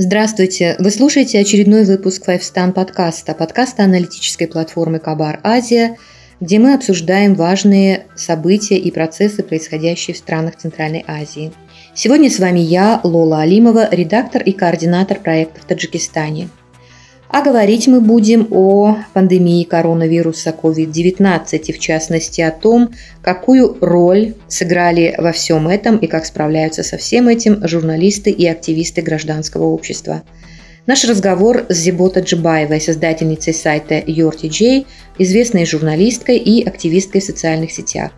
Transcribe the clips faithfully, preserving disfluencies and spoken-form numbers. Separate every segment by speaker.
Speaker 1: Здравствуйте! Вы слушаете очередной выпуск Five-Stan подкаста, подкаста аналитической платформы Кабар Азия, где мы обсуждаем важные события и процессы, происходящие в странах Центральной Азии. Сегодня с вами я, Лола Алимова, редактор и координатор проекта в Таджикистане. А говорить мы будем о пандемии коронавируса ковид девятнадцать и, в частности, о том, какую роль сыграли во всем этом и как справляются со всем этим журналисты и активисты гражданского общества. Наш разговор с Зибо Таджибаевой, создательницей сайта Your ти джей, известной журналисткой и активисткой в социальных сетях.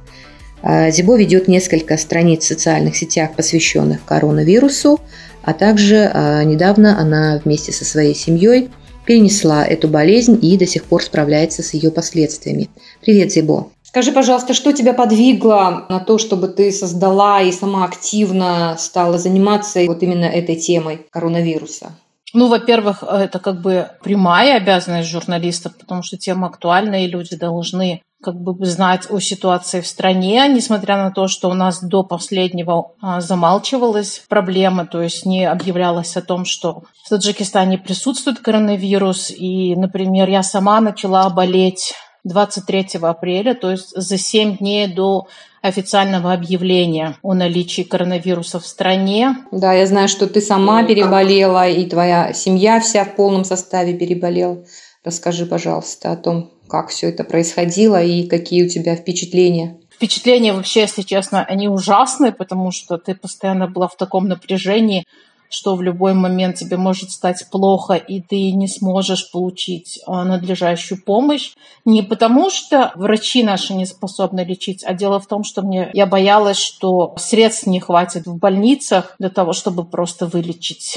Speaker 1: Зибо ведет несколько страниц в социальных сетях, посвященных коронавирусу, а также недавно она вместе со своей семьей перенесла эту болезнь и до сих пор справляется с ее последствиями. Привет, Зибо.
Speaker 2: Скажи, пожалуйста, что тебя подвигло на то, чтобы ты создала и сама активно стала заниматься вот именно этой темой коронавируса?
Speaker 3: Ну, во-первых, это как бы прямая обязанность журналистов, потому что тема актуальна, и люди должны как бы знать о ситуации в стране, несмотря на то, что у нас до последнего замалчивалась проблема, то есть не объявлялось о том, что в Таджикистане присутствует коронавирус. И, например, я сама начала болеть двадцать третьего апреля, то есть за семь дней до официального объявления о наличии коронавируса в стране.
Speaker 2: Да, я знаю, что ты сама переболела, и твоя семья вся в полном составе переболела. Расскажи, пожалуйста, о том, как все это происходило и какие у тебя впечатления.
Speaker 3: Впечатления вообще, если честно, они ужасные, потому что ты постоянно была в таком напряжении, что в любой момент тебе может стать плохо, и ты не сможешь получить надлежащую помощь. Не потому, что врачи наши не способны лечить, а дело в том, что мне, я боялась, что средств не хватит в больницах для того, чтобы просто вылечить.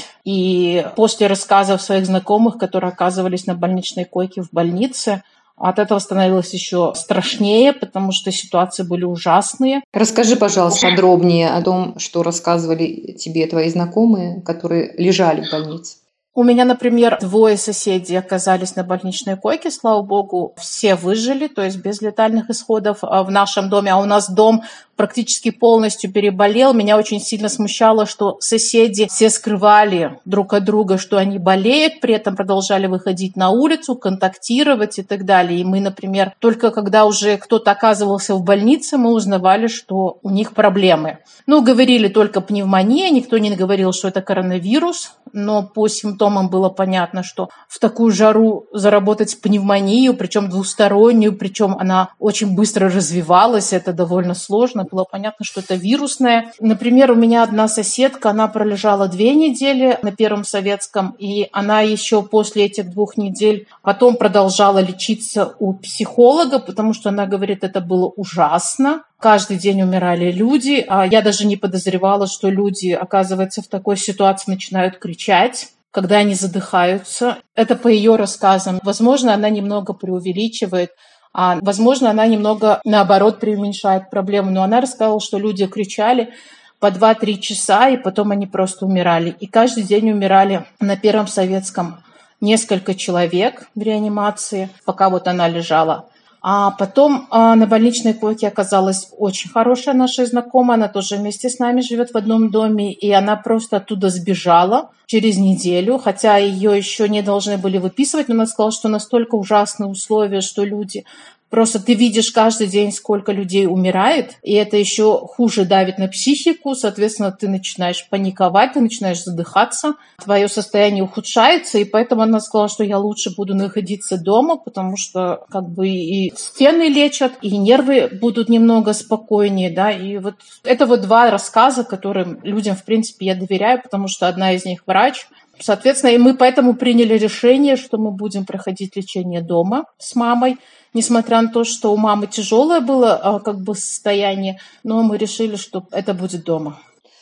Speaker 3: И после рассказов своих знакомых, которые оказывались на больничной койке в больнице, от этого становилось еще страшнее, потому что ситуации были ужасные.
Speaker 2: Расскажи, пожалуйста, подробнее о том, что рассказывали тебе твои знакомые, которые лежали в больнице.
Speaker 3: У меня, например, двое соседей оказались на больничной койке, слава богу, все выжили, то есть без летальных исходов в нашем доме, а у нас дом практически полностью переболел. Меня очень сильно смущало, что соседи все скрывали друг от друга, что они болеют, при этом продолжали выходить на улицу, контактировать и так далее. И мы, например, только когда уже кто-то оказывался в больнице, мы узнавали, что у них проблемы. Ну, говорили только пневмония, никто не говорил, что это коронавирус, но по симптомам было понятно, что в такую жару заработать пневмонию, причем двустороннюю, причем она очень быстро развивалась, это довольно сложно. Было понятно, что это вирусное. Например, у меня одна соседка, она пролежала две недели на Первом Советском, и она еще после этих двух недель потом продолжала лечиться у психолога, потому что она говорит, это было ужасно. Каждый день умирали люди, а я даже не подозревала, что люди, оказывается, в такой ситуации начинают кричать, когда они задыхаются. Это по ее рассказам. Возможно, она немного преувеличивает, а, возможно, она немного, наоборот, преуменьшает проблему. Но она рассказала, что люди кричали по два-три часа, и потом они просто умирали. И каждый день умирали на Первом Советском несколько человек в реанимации, пока вот она лежала. А потом а, на больничной койке оказалась очень хорошая наша знакомая, она тоже вместе с нами живет в одном доме, и она просто оттуда сбежала через неделю, хотя ее еще не должны были выписывать, но она сказала, что настолько ужасные условия, что люди... Просто ты видишь каждый день, сколько людей умирает, и это еще хуже давит на психику, соответственно, ты начинаешь паниковать, ты начинаешь задыхаться, твое состояние ухудшается, и поэтому она сказала, что я лучше буду находиться дома, потому что как бы и стены лечат, и нервы будут немного спокойнее, да, и вот это вот два рассказа, которым людям, в принципе, я доверяю, потому что одна из них врач. Соответственно, и мы поэтому приняли решение, что мы будем проходить лечение дома с мамой, несмотря на то, что у мамы тяжелое было как бы состояние, но мы решили, что это будет дома.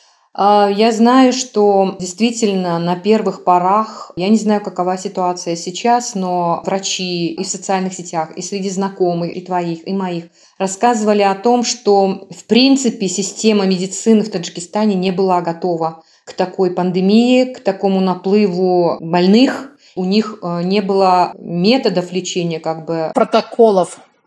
Speaker 2: Я знаю, что действительно на первых порах, я не знаю, какова ситуация сейчас, но врачи и в социальных сетях, и среди знакомых, и твоих, и моих, рассказывали о том, что в принципе система медицины в Таджикистане не была готова к такой пандемии, к такому наплыву больных. У них не было методов лечения, как бы
Speaker 3: протоколов.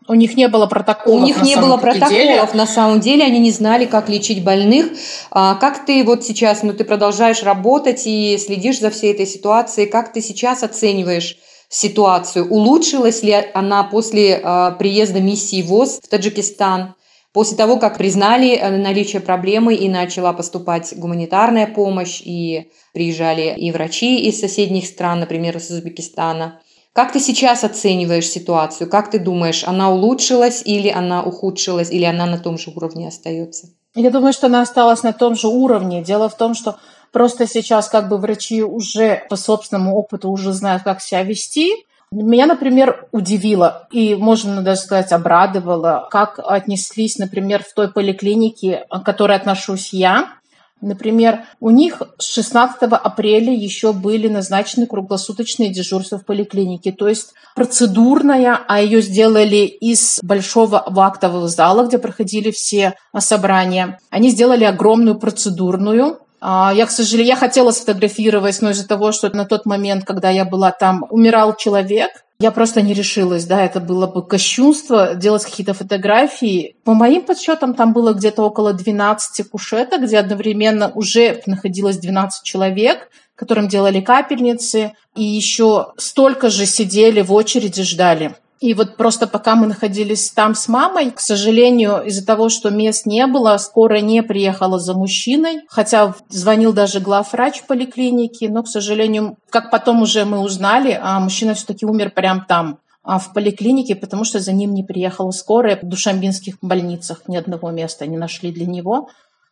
Speaker 3: У них не было протоколов.
Speaker 2: У них не было протоколов, на самом деле, они не знали, как лечить больных. А как ты вот сейчас, ну ты продолжаешь работать и следишь за всей этой ситуацией, как ты сейчас оцениваешь ситуацию? Улучшилась ли она после а, приезда миссии ВОЗ в Таджикистан? После того, как признали наличие проблемы и начала поступать гуманитарная помощь, и приезжали и врачи из соседних стран, например, из Узбекистана. Как ты сейчас оцениваешь ситуацию? Как ты думаешь, она улучшилась или она ухудшилась, или она на том же уровне остается?
Speaker 3: Я думаю, что она осталась на том же уровне. Дело в том, что просто сейчас как бы врачи уже по собственному опыту уже знают, как себя вести. Меня, например, удивило и, можно даже сказать, обрадовало, как отнеслись, например, в той поликлинике, к которой отношусь я. Например, у них с шестнадцатого апреля еще были назначены круглосуточные дежурства в поликлинике. То есть процедурная, а ее сделали из большого актового зала, где проходили все собрания. Они сделали огромную процедурную. Я, к сожалению, я хотела сфотографировать, но из-за того, что на тот момент, когда я была там, умирал человек, я просто не решилась, да, это было бы кощунство делать какие-то фотографии. По моим подсчетам, там было где-то около двенадцати кушеток, где одновременно уже находилось двенадцать человек, которым делали капельницы, и еще столько же сидели в очереди, ждали. И вот просто пока мы находились там с мамой, к сожалению, из-за того, что мест не было, скорая не приехала за мужчиной, хотя звонил даже главврач поликлиники, но, к сожалению, как потом уже мы узнали, мужчина все-таки умер прямо там, в поликлинике, потому что за ним не приехала скорая. В душанбинских больницах ни одного места не нашли для него.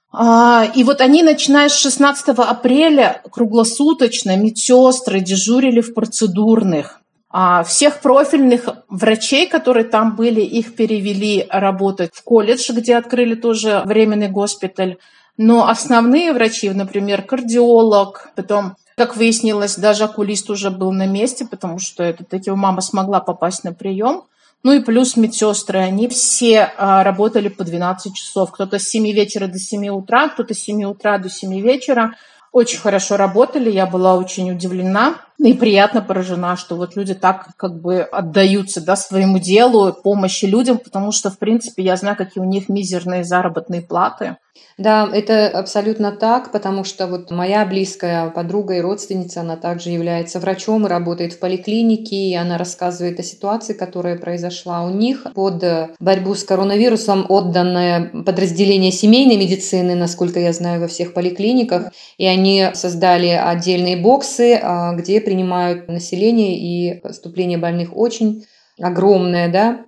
Speaker 3: И вот они, начиная с шестнадцатого апреля, круглосуточно медсестры дежурили в процедурных. А всех профильных врачей, которые там были, их перевели работать в колледж, где открыли тоже временный госпиталь. Но основные врачи, например, кардиолог, потом, как выяснилось, даже окулист уже был на месте, потому что это таки мама смогла попасть на прием. Ну и плюс медсестры, они все а, работали по двенадцать часов. Кто-то с семи вечера до семи утра, кто-то с семи утра до семи вечера. Очень хорошо работали, я была очень удивлена и приятно поражена, что вот люди так как бы отдаются, да, своему делу, помощи людям, потому что, в принципе, я знаю, какие у них мизерные заработные платы.
Speaker 2: Да, это абсолютно так, потому что вот моя близкая подруга и родственница, она также является врачом и работает в поликлинике, и она рассказывает о ситуации, которая произошла у них. Под борьбу с коронавирусом отданное подразделение семейной медицины, насколько я знаю, во всех поликлиниках, и они создали отдельные боксы, где принимают население, и поступление больных очень огромное, да.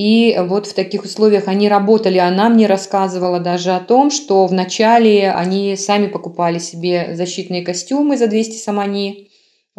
Speaker 2: И вот в таких условиях они работали. Она мне рассказывала даже о том, что вначале они сами покупали себе защитные костюмы за двести сомани.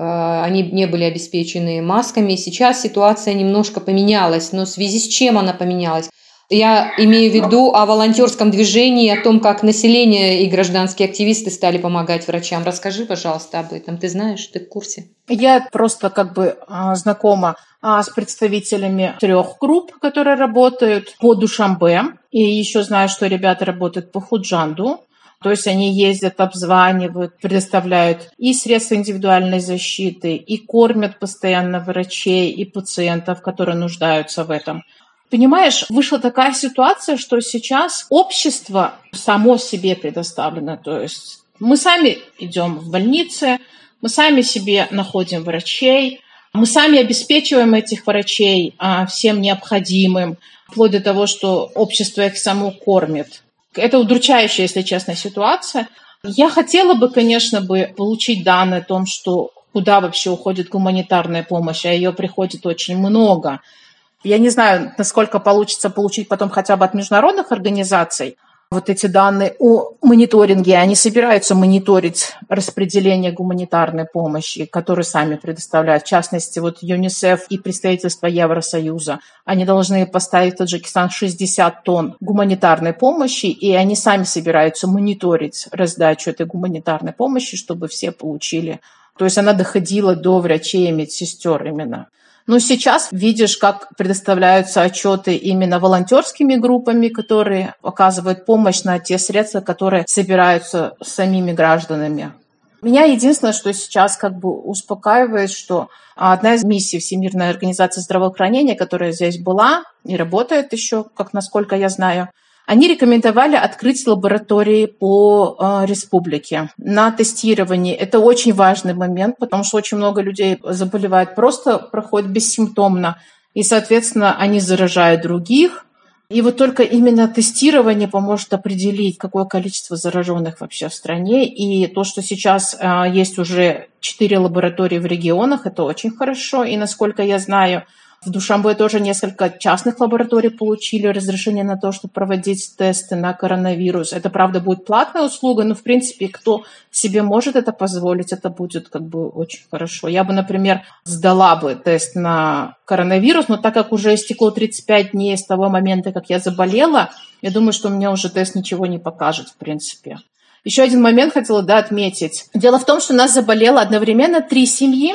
Speaker 2: Они не были обеспечены масками. Сейчас ситуация немножко поменялась. Но в связи с чем она поменялась? Я имею в виду о волонтерском движении, о том, как население и гражданские активисты стали помогать врачам. Расскажи, пожалуйста, об этом. Ты знаешь, ты в курсе?
Speaker 3: Я просто как бы знакома с представителями трех групп, которые работают по Душанбе. И еще знаю, что ребята работают по Худжанду. То есть они ездят, обзванивают, предоставляют и средства индивидуальной защиты, и кормят постоянно врачей и пациентов, которые нуждаются в этом. Понимаешь, вышла такая ситуация, что сейчас общество само себе предоставлено. То есть мы сами идем в больницы, мы сами себе находим врачей, мы сами обеспечиваем этих врачей всем необходимым, вплоть до того, что общество их само кормит. Это удручающая, если честно, ситуация. Я хотела бы, конечно, бы получить данные о том, что куда вообще уходит гуманитарная помощь, а ее приходит очень много. Я не знаю, насколько получится получить потом хотя бы от международных организаций вот эти данные о мониторинге. Они собираются мониторить распределение гуманитарной помощи, которую сами предоставляют. В частности, вот ЮНИСЕФ и представительство Евросоюза. Они должны поставить в Таджикистан шестьдесят тонн гуманитарной помощи, и они сами собираются мониторить раздачу этой гуманитарной помощи, чтобы все получили. То есть она доходила до врачей и медсестер именно. Но сейчас видишь, как предоставляются отчеты именно волонтерскими группами, которые оказывают помощь на те средства, которые собираются самими гражданами. Меня единственное, что сейчас как бы успокаивает, что одна из миссий Всемирной организации здравоохранения, которая здесь была и работает еще, как насколько я знаю, они рекомендовали открыть лаборатории по э, республике на тестирование. Это очень важный момент, потому что очень много людей заболевают, просто проходят бессимптомно, и, соответственно, они заражают других. И вот только именно тестирование поможет определить, какое количество зараженных вообще в стране. И то, что сейчас э, есть уже четыре лаборатории в регионах, это очень хорошо. И, насколько я знаю, в Душанбе тоже несколько частных лабораторий получили разрешение на то, чтобы проводить тесты на коронавирус. Это, правда, будет платная услуга, но, в принципе, кто себе может это позволить, это будет как бы очень хорошо. Я бы, например, сдала бы тест на коронавирус, но так как уже истекло тридцать пять дней с того момента, как я заболела, я думаю, что у меня уже тест ничего не покажет, в принципе. Еще один момент хотела, да, отметить. Дело в том, что у нас заболело одновременно три семьи,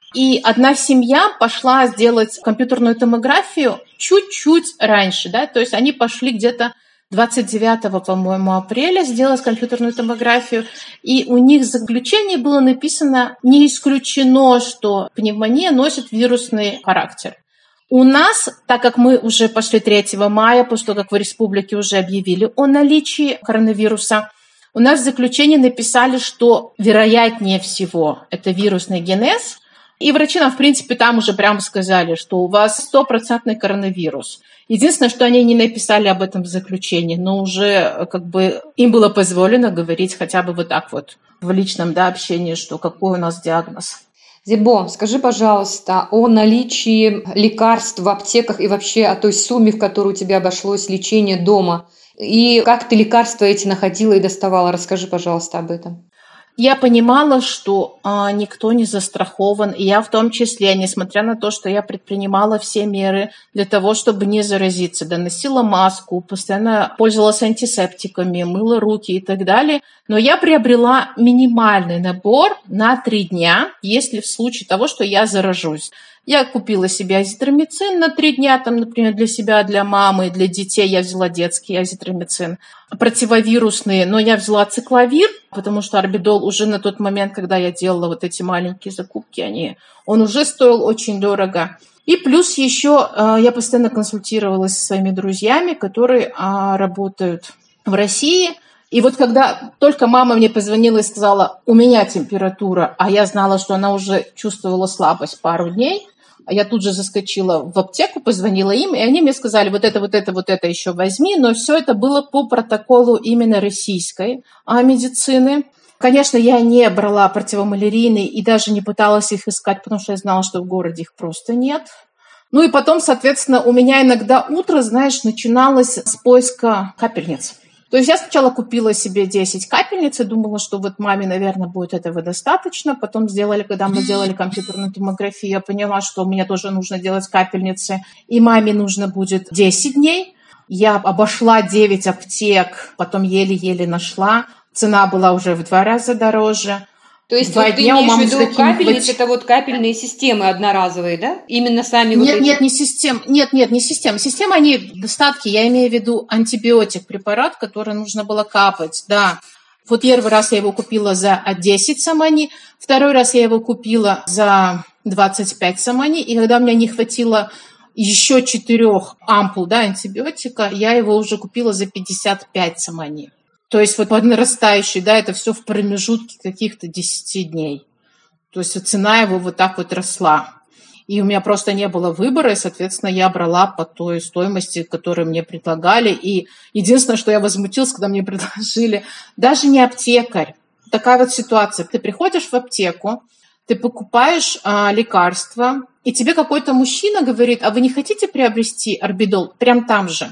Speaker 3: и одна семья пошла сделать компьютерную томографию чуть-чуть раньше, да, то есть они пошли где-то двадцать девятого, по-моему, апреля сделать компьютерную томографию, и у них в заключении было написано: не исключено, что пневмония носит вирусный характер. У нас, так как мы уже пошли третьего мая, после того, как в республике уже объявили о наличии коронавируса, у нас в заключении написали, что вероятнее всего это вирусный генез. И врачи нам, в принципе, там уже прямо сказали, что у вас стопроцентный коронавирус. Единственное, что они не написали об этом в заключении, но уже как бы им было позволено говорить хотя бы вот так вот в личном, да, общении, что какой у нас диагноз.
Speaker 2: Зибо, скажи, пожалуйста, о наличии лекарств в аптеках и вообще о той сумме, в которую у тебя обошлось лечение дома. И как ты лекарства эти находила и доставала? Расскажи, пожалуйста, об этом.
Speaker 3: Я понимала, что а, никто не застрахован, и я в том числе, несмотря на то, что я предпринимала все меры для того, чтобы не заразиться, да, носила маску, постоянно пользовалась антисептиками, мыла руки и так далее, но я приобрела минимальный набор на три дня, если в случае того, что я заражусь. Я купила себе азитромицин на три дня, там, например, для себя, для мамы, для детей я взяла детский азитромицин, противовирусные, но я взяла цикловир, потому что орбидол уже на тот момент, когда я делала вот эти маленькие закупки, они, он уже стоил очень дорого. И плюс еще я постоянно консультировалась со своими друзьями, которые работают в России. И вот когда только мама мне позвонила и сказала: у меня температура, а я знала, что она уже чувствовала слабость пару дней, я тут же заскочила в аптеку, позвонила им, и они мне сказали: вот это, вот это, вот это еще возьми. Но все это было по протоколу именно российской медицины. Конечно, я не брала противомалярийные и даже не пыталась их искать, потому что я знала, что в городе их просто нет. Ну и потом, соответственно, у меня иногда утро, знаешь, начиналось с поиска капельниц. То есть я сначала купила себе десять капельниц и думала, что вот маме, наверное, будет этого достаточно. Потом сделали, когда мы делали компьютерную томографию, я поняла, что мне тоже нужно делать капельницы. И маме нужно будет десять дней. Я обошла девять аптек, потом еле-еле нашла. Цена была уже в два раза дороже.
Speaker 2: То есть вот ты имеешь в виду капельницы, это вот капельные системы одноразовые, да? Именно сами
Speaker 3: нет,
Speaker 2: вот эти?
Speaker 3: Нет, не систем, нет, нет, не система. Система, они достатки, я имею в виду антибиотик, препарат, который нужно было капать, да. Вот первый раз я его купила за десять самани, второй раз я его купила за двадцать пять самани, и когда у меня не хватило еще четырех ампул, да, антибиотика, я его уже купила за пятьдесят пять самани. То есть вот по нарастающей, да, это все в промежутке каких-то десяти дней. То есть цена его вот так вот росла. И у меня просто не было выбора, и, соответственно, я брала по той стоимости, которую мне предлагали. И единственное, что я возмутилась, когда мне предложили, даже не аптекарь. Такая вот ситуация. Ты приходишь в аптеку, ты покупаешь а, лекарства, и тебе какой-то мужчина говорит: а вы не хотите приобрести орбидол прямо там же?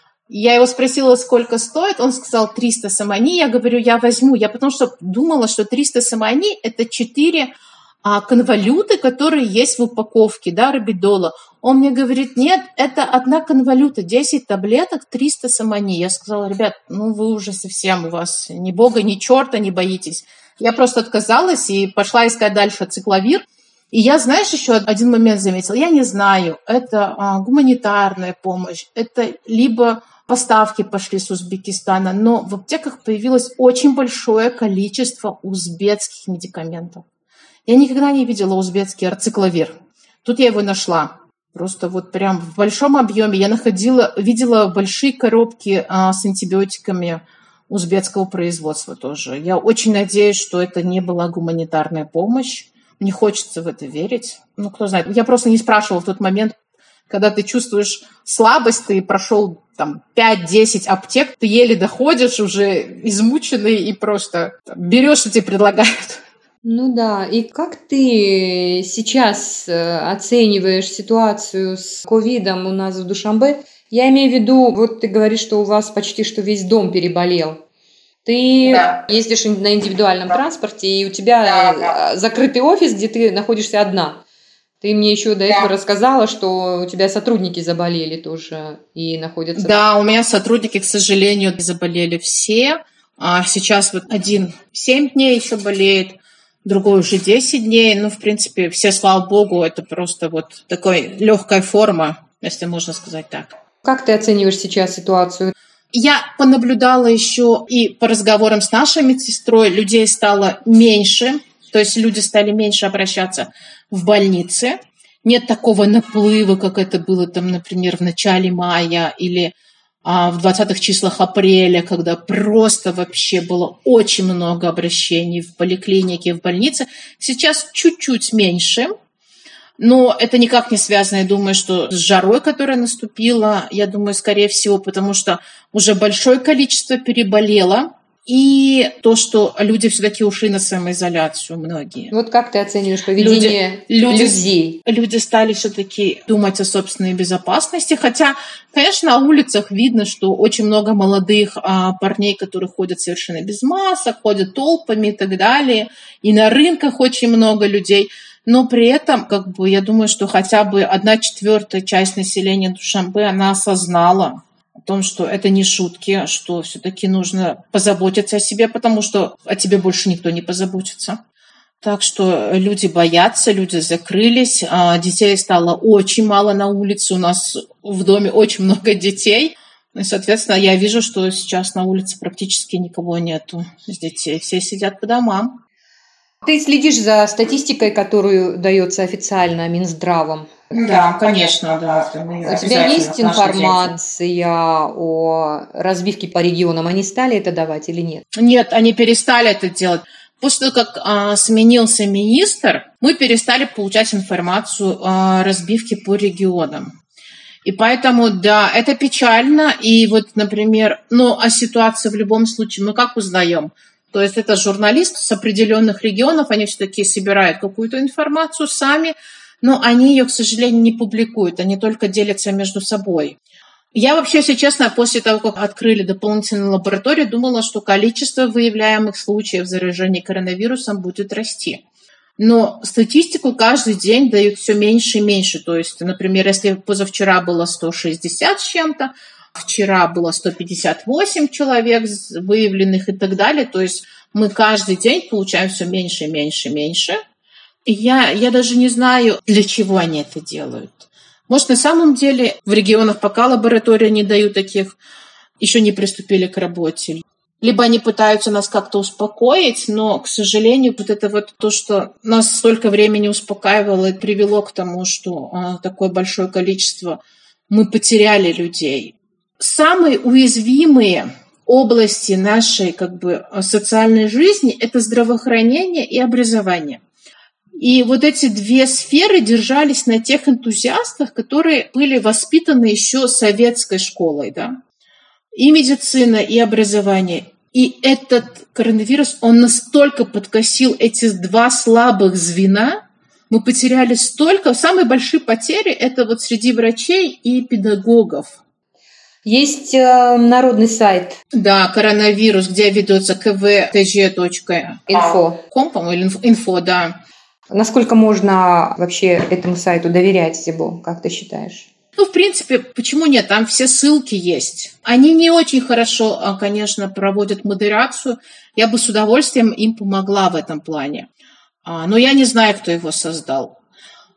Speaker 3: Я его спросила, сколько стоит, он сказал триста самани, я говорю, я возьму, я потому что думала, что триста самани – это четыре а, конвалюты, которые есть в упаковке, да, орбидола. Он мне говорит: нет, это одна конвалюта, десять таблеток, триста самани. Я сказала: ребят, ну вы уже совсем, у вас ни бога, ни черта не боитесь. Я просто отказалась и пошла искать дальше цикловир. И я, знаешь, еще один момент заметила. Я не знаю, это а, гуманитарная помощь, это либо поставки пошли с Узбекистана, но в аптеках появилось очень большое количество узбекских медикаментов. Я никогда не видела узбекский арцикловир. Тут я его нашла. Просто вот прям в большом объеме. Я находила, видела большие коробки а, с антибиотиками узбекского производства тоже. Я очень надеюсь, что это не была гуманитарная помощь. Мне хочется в это верить. Ну, кто знает. Я просто не спрашивала в тот момент, когда ты чувствуешь слабость, ты прошел там пять-десять аптек, ты еле доходишь, уже измученный, и просто там, берешь, что тебе предлагают.
Speaker 2: Ну да, и как ты сейчас оцениваешь ситуацию с ковидом у нас в Душанбе? Я имею в виду, вот ты говоришь, что у вас почти что весь дом переболел. Ты да. ездишь на индивидуальном да. транспорте, и у тебя да, да. закрытый офис, где ты находишься одна. Ты мне еще до этого да. рассказала, что у тебя сотрудники заболели тоже и находятся...
Speaker 3: Да, у меня сотрудники, к сожалению, заболели все. А сейчас вот один семь дней еще болеет, другой уже десять дней. Ну, в принципе, все, слава богу, это просто вот такая легкая форма, если можно сказать так.
Speaker 2: Как ты оцениваешь сейчас ситуацию?
Speaker 3: Я понаблюдала еще и по разговорам с нашей медсестрой, людей стало меньше, то есть люди стали меньше обращаться в больнице. Нет такого наплыва, как это было, там, например, в начале мая или а, в двадцатых числах апреля, когда просто вообще было очень много обращений в поликлинике, в больнице. Сейчас чуть-чуть меньше. Но это никак не связано, я думаю, что с жарой, которая наступила, я думаю, скорее всего, потому что уже большое количество переболело, и то, что люди все-таки ушли на самоизоляцию, многие.
Speaker 2: Вот как ты оцениваешь поведение
Speaker 3: люди,
Speaker 2: людей?
Speaker 3: Люди, люди стали все-таки думать о собственной безопасности, хотя, конечно, на улицах видно, что очень много молодых а, парней, которые ходят совершенно без масок, ходят толпами и так далее, и на рынках очень много людей. Но при этом, как бы, я думаю, что хотя бы одна четвертая часть населения Душанбе, она осознала о том, что это не шутки, что все-таки нужно позаботиться о себе, потому что о тебе больше никто не позаботится. Так что люди боятся, люди закрылись, детей стало очень мало на улице, у нас в доме очень много детей. И, соответственно, я вижу, что сейчас на улице практически никого нету из детей, все сидят по домам.
Speaker 2: Ты следишь за статистикой, которую дается официально Минздравом?
Speaker 3: Да, конечно, да.
Speaker 2: У тебя есть информация о разбивке по регионам? Они стали это давать или нет?
Speaker 3: Нет, они перестали это делать. После того, как а, сменился министр, мы перестали получать информацию о разбивке по регионам. И поэтому, да, это печально. И вот, например, ну, о ситуации в любом случае мы как узнаем? То есть это журналист с определенных регионов, они все-таки собирают какую-то информацию сами, но они ее, к сожалению, не публикуют, они только делятся между собой. Я вообще, если честно, после того, как открыли дополнительную лабораторию, думала, что количество выявляемых случаев заражения коронавирусом будет расти. Но статистику каждый день дают все меньше и меньше. То есть, например, если позавчера было сто шестьдесят с чем-то, вчера было сто пятьдесят восемь человек выявленных и так далее. То есть мы каждый день получаем все меньше и меньше и меньше. И я, я даже не знаю, для чего они это делают. Может, на самом деле в регионах пока лаборатории не дают таких, еще не приступили к работе. Либо они пытаются нас как-то успокоить, но, к сожалению, вот это вот то, что нас столько времени успокаивало и привело к тому, что а, такое большое количество мы потеряли людей. Самые уязвимые области нашей как бы, социальной жизни – это здравоохранение и образование. И вот эти две сферы держались на тех энтузиастах, которые были воспитаны еще советской школой, да? И медицина, и образование. И этот коронавирус, он настолько подкосил эти два слабых звена, мы потеряли столько. Самые большие потери – это вот среди врачей и педагогов.
Speaker 2: Есть э, народный сайт.
Speaker 3: Да, коронавирус, где ведется ка вэ тэ жэ точка ком, по-моему, или инфо, да.
Speaker 2: Насколько можно вообще этому сайту доверять, Зибо, как ты считаешь?
Speaker 3: Ну, в принципе, почему нет? Там все ссылки есть. Они не очень хорошо, конечно, проводят модерацию. Я бы с удовольствием им помогла в этом плане. Но я не знаю, кто его создал.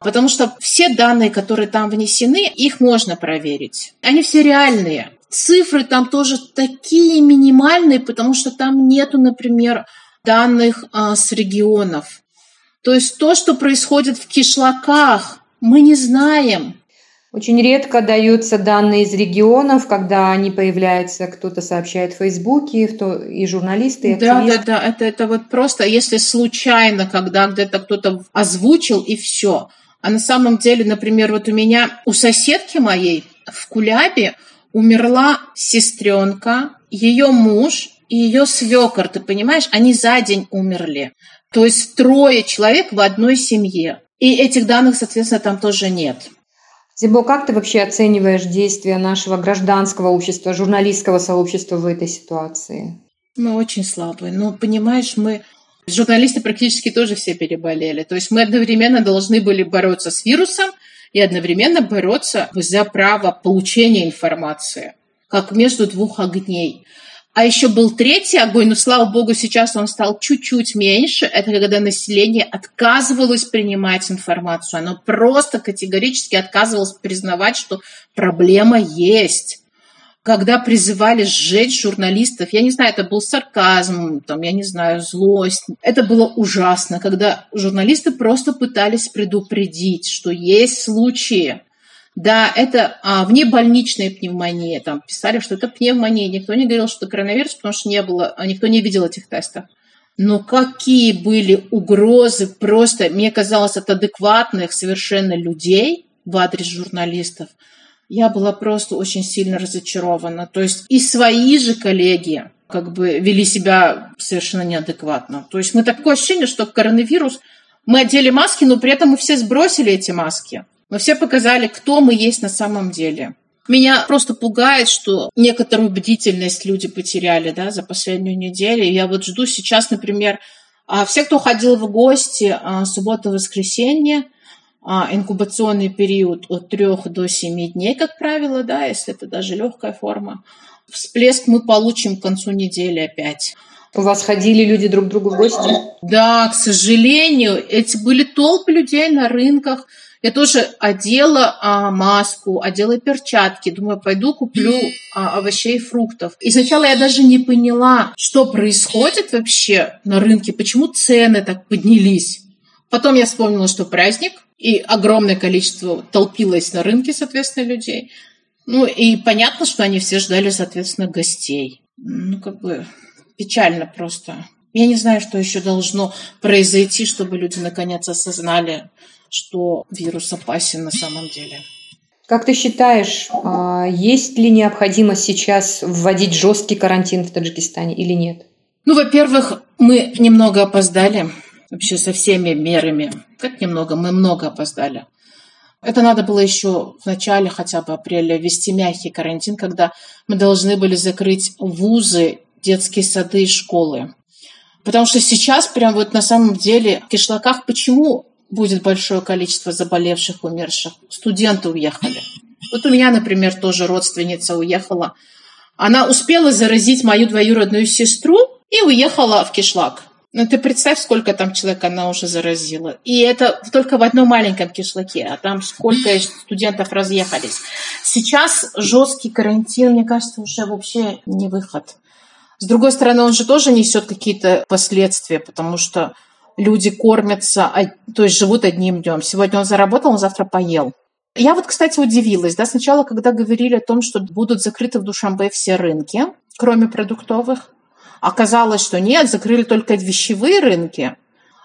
Speaker 3: Потому что все данные, которые там внесены, их можно проверить. Они все реальные. Цифры там тоже такие минимальные, потому что там нету, например, данных а, с регионов. То есть то, что происходит в кишлаках, мы не знаем.
Speaker 2: Очень редко даются данные из регионов, когда они появляются, кто-то сообщает в Фейсбуке, и журналисты, и активисты.
Speaker 3: Да, да, да, это, это вот просто, если случайно, когда где-то кто-то озвучил, и все. А на самом деле, например, вот у меня, у соседки моей в Кулябе умерла сестренка, ее муж и ее свекор, ты понимаешь, они за день умерли. То есть трое человек в одной семье. И этих данных, соответственно, там тоже нет.
Speaker 2: Зибо, как ты вообще оцениваешь действия нашего гражданского общества, журналистского сообщества в этой ситуации?
Speaker 3: Мы очень слабые. Но, понимаешь, мы, журналисты практически тоже все переболели. То есть мы одновременно должны были бороться с вирусом и одновременно бороться за право получения информации, как между двух огней. А еще был третий огонь, но, слава богу, сейчас он стал чуть-чуть меньше. Это когда население отказывалось принимать информацию. Оно просто категорически отказывалось признавать, что проблема есть. Когда призывали сжечь журналистов, я не знаю, это был сарказм, там, я не знаю, злость. Это было ужасно, когда журналисты просто пытались предупредить, что есть случаи. Да, это а, внебольничная пневмония. Там писали, что это пневмония. Никто не говорил, что это коронавирус, потому что не было, никто не видел этих тестов. Но какие были угрозы просто, мне казалось, от адекватных совершенно людей в адрес журналистов. Я была просто очень сильно разочарована. То есть и свои же коллеги как бы вели себя совершенно неадекватно. То есть мы такое ощущение, что коронавирус... Мы одели маски, но при этом мы все сбросили эти маски. Мы все показали, кто мы есть на самом деле. Меня просто пугает, что некоторую бдительность люди потеряли, да, за последнюю неделю. Я вот жду сейчас, например, все, кто ходил в гости суббота-воскресенье, инкубационный период от трёх до семи дней, как правило, да, если это даже легкая форма. Всплеск мы получим к концу недели опять.
Speaker 2: У вас ходили люди друг к другу в гости?
Speaker 3: Да, к сожалению, эти были толпы людей на рынках. Я тоже одела а, маску, одела перчатки. Думаю, пойду куплю а, овощей и фруктов. И сначала я даже не поняла, что происходит вообще на рынке, почему цены так поднялись. Потом я вспомнила, что праздник, и огромное количество толпилось на рынке, соответственно, людей. Ну, и понятно, что они все ждали, соответственно, гостей. Ну, как бы печально просто. Я не знаю, что еще должно произойти, чтобы люди наконец осознали, что вирус опасен на самом деле.
Speaker 2: Как ты считаешь, есть ли необходимость сейчас вводить жесткий карантин в Таджикистане или нет?
Speaker 3: Ну, во-первых, мы немного опоздали вообще со всеми мерами. Как немного? Мы много опоздали. Это надо было еще в начале хотя бы апреля ввести мягкий карантин, когда мы должны были закрыть вузы, детские сады и школы. Потому что сейчас прям вот на самом деле в кишлаках почему будет большое количество заболевших, умерших? Студенты уехали. Вот у меня, например, тоже родственница уехала. Она успела заразить мою двоюродную сестру и уехала в кишлак. Ну, ты представь, сколько там человек она уже заразила. И это только в одном маленьком кишлаке, а там сколько студентов разъехались. Сейчас жесткий карантин, мне кажется, уже вообще не выход. С другой стороны, он же тоже несет какие-то последствия, потому что люди кормятся, то есть живут одним днем. Сегодня он заработал, он завтра поел. Я вот, кстати, удивилась. Да, сначала, когда говорили о том, что будут закрыты в Душанбе все рынки, кроме продуктовых, оказалось, что нет, закрыли только вещевые рынки,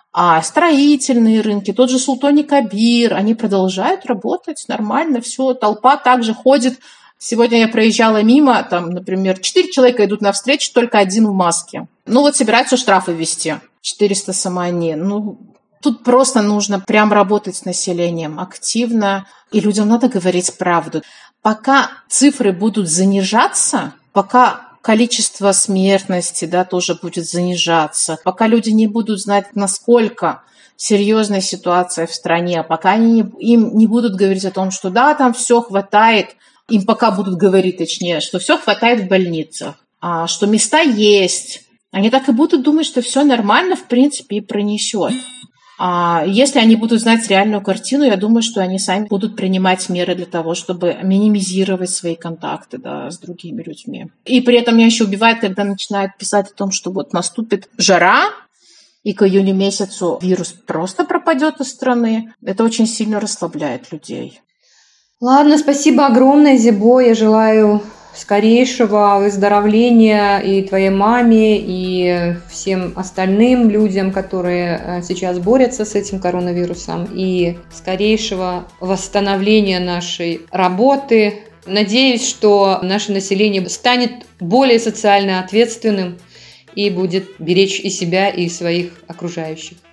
Speaker 3: а строительные рынки, тот же Султони Кабир, они продолжают работать нормально, все, толпа также ходит. Сегодня я проезжала мимо, там, например, четыре человека идут навстречу, только один в маске. Ну вот собираются штрафы ввести, четыреста самани. Ну, тут просто нужно прям работать с населением активно, и людям надо говорить правду. Пока цифры будут занижаться, пока количество смертности, да, тоже будет занижаться, пока люди не будут знать, насколько серьезная ситуация в стране, пока они не, им не будут говорить о том, что да, там все хватает, им пока будут говорить, точнее, что все хватает в больницах, а, что места есть, они так и будут думать, что все нормально, в принципе, и пронесет. А если они будут знать реальную картину, я думаю, что они сами будут принимать меры для того, чтобы минимизировать свои контакты, да, с другими людьми. И при этом меня еще убивает, когда начинают писать о том, что вот наступит жара, и к июню месяцу вирус просто пропадет из страны. Это очень сильно расслабляет людей.
Speaker 2: Ладно, спасибо огромное, Зибо. Я желаю скорейшего выздоровления и твоей маме, и всем остальным людям, которые сейчас борются с этим коронавирусом, и скорейшего восстановления нашей работы. Надеюсь, что наше население станет более социально ответственным и будет беречь и себя, и своих окружающих.